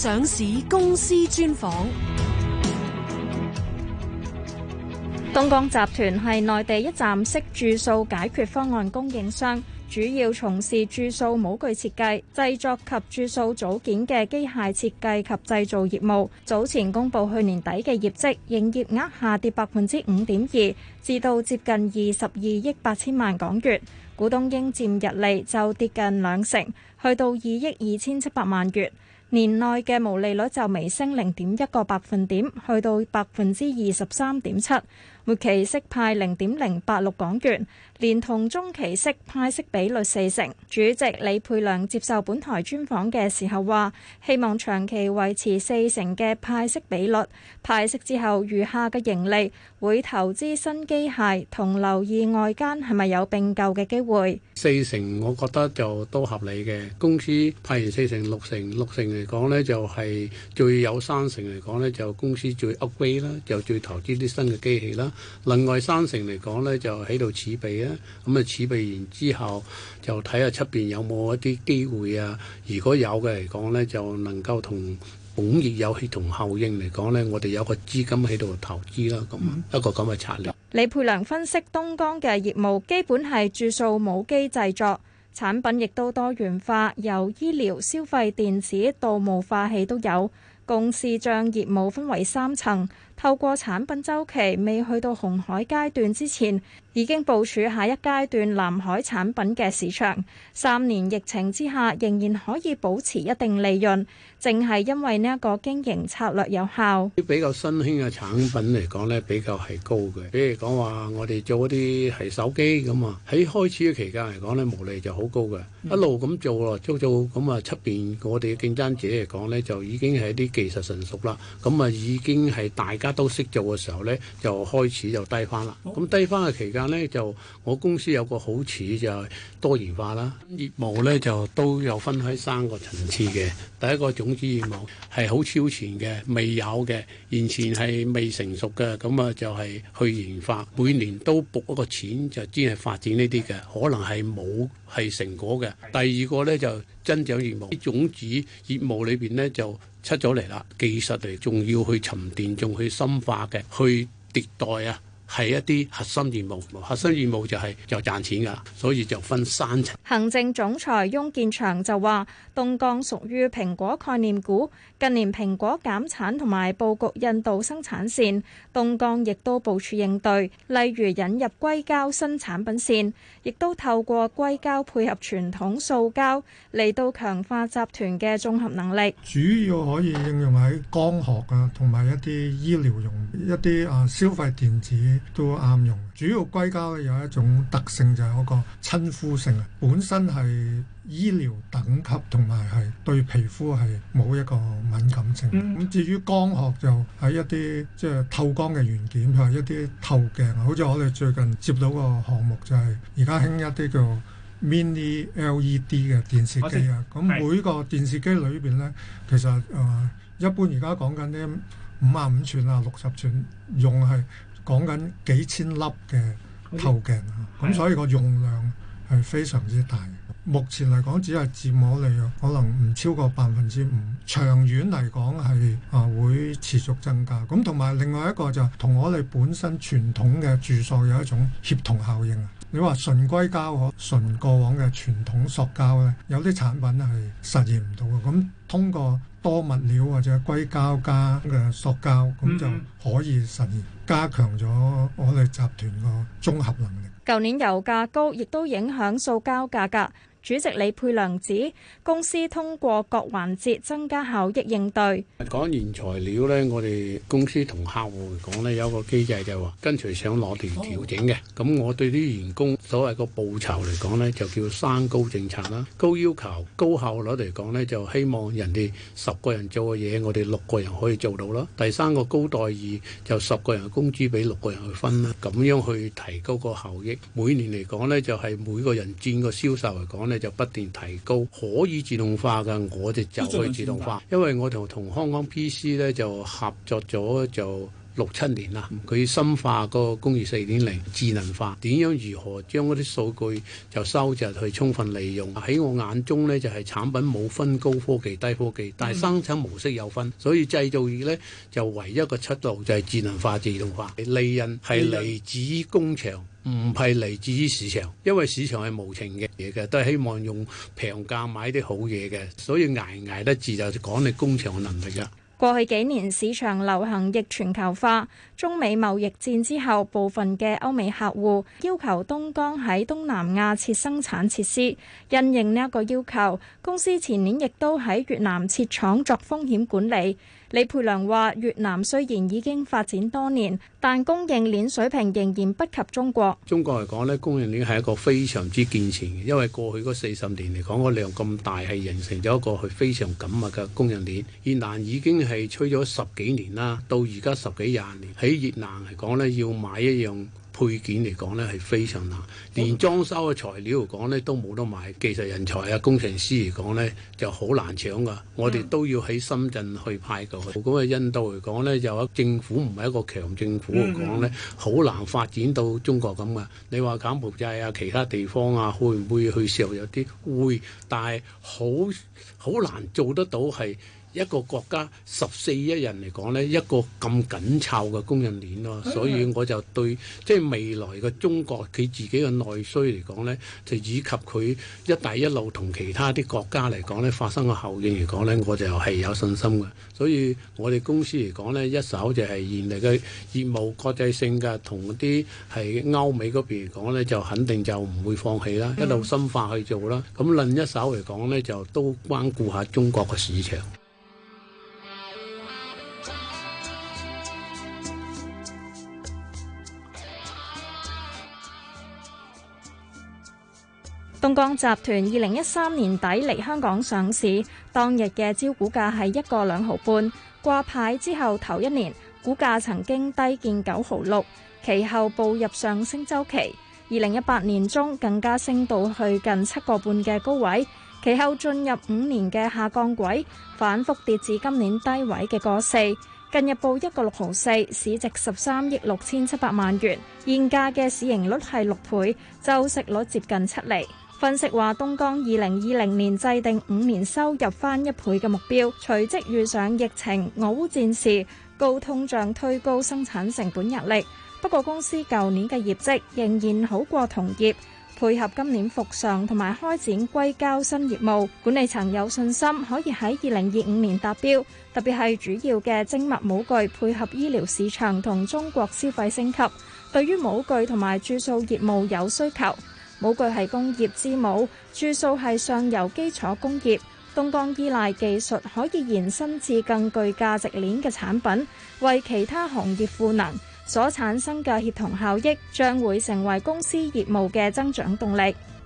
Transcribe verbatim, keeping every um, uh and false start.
上市公司專訪。 東江集團係內地一站式注塑解決方案供應商，主要從事注塑模具設計、製作及注塑組件嘅機械設計及製造業務。早前公布去年底嘅業績，營業額下跌百分之五點二，至到接近二十二億八千萬港元。股東應佔溢利就跌近兩成，去到二億二千七百萬元。年內嘅毛利率就微升零點一個百分點，去到百分之二十三點七。末期息派零點零八六港元，連同中期息派息比率四成。主席李沛良接受本台專訪嘅時候話，希望長期維持四成嘅派息比率，派息之後餘下嘅盈利會投資新機械，同留意外間係咪有併購嘅機會。 四成我覺得就都合理嘅，公司派完四成六成，六成嚟講呢，就係最有三成嚟講呢，就公司最 upgrade 啦，就最投資啲新嘅機器啦。另外三成嚟講呢，就喺度儲備啊，咁啊儲備完之後就睇下出邊有冇一啲機會啊。如果有嘅嚟講呢，就能夠同本業有協同效應嚟講呢，我哋有個資金喺度投資啦，咁一個咁嘅策略。 李沛良分析東江嘅業務基本係注塑模機製作，產品亦都多元化，由醫療、消費電子到霧化器都有。公司將業務分為三層，透過產品週期未去到紅海階段之前，已經部署下一階段藍海產品嘅市場。三年疫情之下，仍然可以保持一定利潤，正係因為呢一個經營策略有效。 比較新興嘅產品嚟講呢，比較係高嘅。比如講話，我哋做嗰啲係手機咁啊，喺開始嘅期間嚟講呢，毛利就好高嘅，一路咁做咯，做做咁啊，出邊我哋嘅競爭者嚟講呢，就已經係啲技術成熟啦，咁啊已經係大家都識做嘅時候呢，就開始就低翻啦。咁低翻嘅期間呢，就我公司有個好處就係多元化啦，業務呢就都有分開三個層次嘅。第一個種子業務係好超前嘅，未有嘅，完全係未成熟嘅，咁啊就係去研發，每年都撥一個錢就專係發展呢啲嘅，可能係冇係成果嘅。第二個呢，就增長業務，種子業務裏邊呢，就出咗嚟啦，技術嚟仲要去沉澱，仲去深化嘅，去迭代啊。係一啲核心業務，核心業務就係就賺錢㗎，所以就分三層。 行政總裁翁建祥就話：東江屬於蘋果概念股，近年蘋果減產同埋佈局印度生產線，東江亦都部署應對，例如引入硅膠新產品線，亦都透過硅膠配合傳統塑膠嚟到強化集團嘅綜合能力。 主要可以應用喺光學啊，同埋一啲醫療用，一啲啊消費電子。都啱用。主要硅膠咧有一種特性就係嗰個親膚性啊，本身係醫療等級同埋係對皮膚係冇一個敏感性。咁、嗯、至於光學就係一啲即係透光嘅元件，譬如一啲透鏡啊，好似我哋最近接到個項目就係而家興一啲叫 Mini L E D 嘅電視機啊。咁每個電視機裏邊呢，其實誒、呃、一般而家講緊啲五啊五寸啊六十寸用係。講緊幾千粒嘅透鏡啊，咁所以個用量係非常之大。目前嚟講，只係佔我利潤可能唔超過百分之五。長遠嚟講係啊會持續增加。咁同埋另外一個就同我哋本身傳統嘅注塑有一種協同效應啊。你話純硅膠可純過往嘅傳統塑膠呢，有啲產品係實現唔到嘅。咁通過多物料或者硅膠加嘅塑膠，咁就可以實現，加強咗我哋集團個綜合能力。 舊年油價高，亦都影響塑膠價格。主席李沛良指，公司通過各環節增加效益應對。 講原材料呢，我哋公司同客戶嚟講呢，有個機制就係話跟隨上攞條調整嘅。咁我對啲員工所謂個報酬嚟講呢，就叫三高政策啦。高要求、高效率嚟講呢，就希望人哋十個人做嘅嘢，我哋六個人可以做到啦。第三個高待遇，就十個人嘅工資俾六個人去分啦，咁樣去提高個效益。每年嚟講呢，就係每個人佔個銷售嚟講呢，就不斷提高。可以自動化嘅，我哋就去自動化。因為我同同香港 P C 咧就合作咗，就六七年啦。佢深化個工業四點零智能化，點樣如何將嗰啲數據就收集去充分利用。喺我眼中呢，就係產品冇分高科技低科技，但係生產模式有分，所以製造業呢，就唯一一個出路就係智能化自動化，利潤係嚟自於工場，唔係嚟自於市場，因為市場係無情嘅嘢嘅，都係希望用平價買啲好嘢嘅，所以捱唔捱得住就講你工場嘅能力㗎。 過去幾年市場流行逆全球化，中美貿易戰之後，部分嘅歐美客戶要求東江喺東南亞設生產設施。因應呢一個要求，公司前年亦都喺越南設廠作風險管理。李培良話：越南雖然已經發展多年，但供應鏈水平仍然不及中國。 中國嚟講呢，供應鏈係一個非常之健全嘅，因為過去嗰四十年嚟講，個量咁大，係形成咗一個係非常緊密嘅供應鏈。越南已經係吹咗十幾年啦，到而家十幾廿年，喺越南嚟講呢，要買一樣配件嚟講呢係非常難，連裝修嘅材料嚟講呢都冇得買，技術人才啊、工程師嚟講呢就好難搶噶。我哋都要喺深圳去派過去。咁嘅印度嚟講呢，就政府唔係一個強政府嚟講呢，好難發展到中國咁噶。你話柬埔寨啊、其他地方啊，會唔會去時候有啲會，但係好好難做得到係。一個國家十四億人嚟講呢，一個咁緊湊嘅供應鏈咯，所以我就對即係未來嘅中國佢自己嘅內需嚟講呢，就以及佢一帶一路同其他啲國家嚟講呢發生嘅效應嚟講呢，我就係有信心嘅。所以我哋公司嚟講呢，一手就係現嚟嘅業務國際性嘅，同啲係歐美嗰邊嚟講呢，就肯定就唔會放棄啦，一路深化去做啦。咁另一手嚟講呢，就都關顧下中國嘅市場。 東江集團二零一三年底嚟香港上市，當日嘅招股價係一個兩毫半，掛牌之後頭一年股價曾經低見九毫六，其後步入上升週期。二零一八年中更加升到去近七個半嘅高位，其後進入五年嘅下降軌，反覆跌至今年低位嘅個四。近日報一個六毫四，市值十三億六千七百萬元，現價嘅市盈率係六倍，周息率接近七厘。分析話，東江二零二零年制定五年收入翻一倍嘅目標，隨即遇上疫情、俄烏戰事、高通脹推高生產成本壓力。不過公司舊年嘅業績仍然好過同業，配合今年復常同埋開展硅膠新業務，管理層有信心可以喺二零二五年達標。特別係主要嘅精密模具配合醫療市場同中國消費升級，對於模具同埋注塑業務有需求。模具係工業之母，注塑係上游基礎工業。東江依賴技術可以延伸至更具價值鏈嘅產品，為其他行業賦能，所產生嘅協同效益將會成為公司業務嘅增長動力。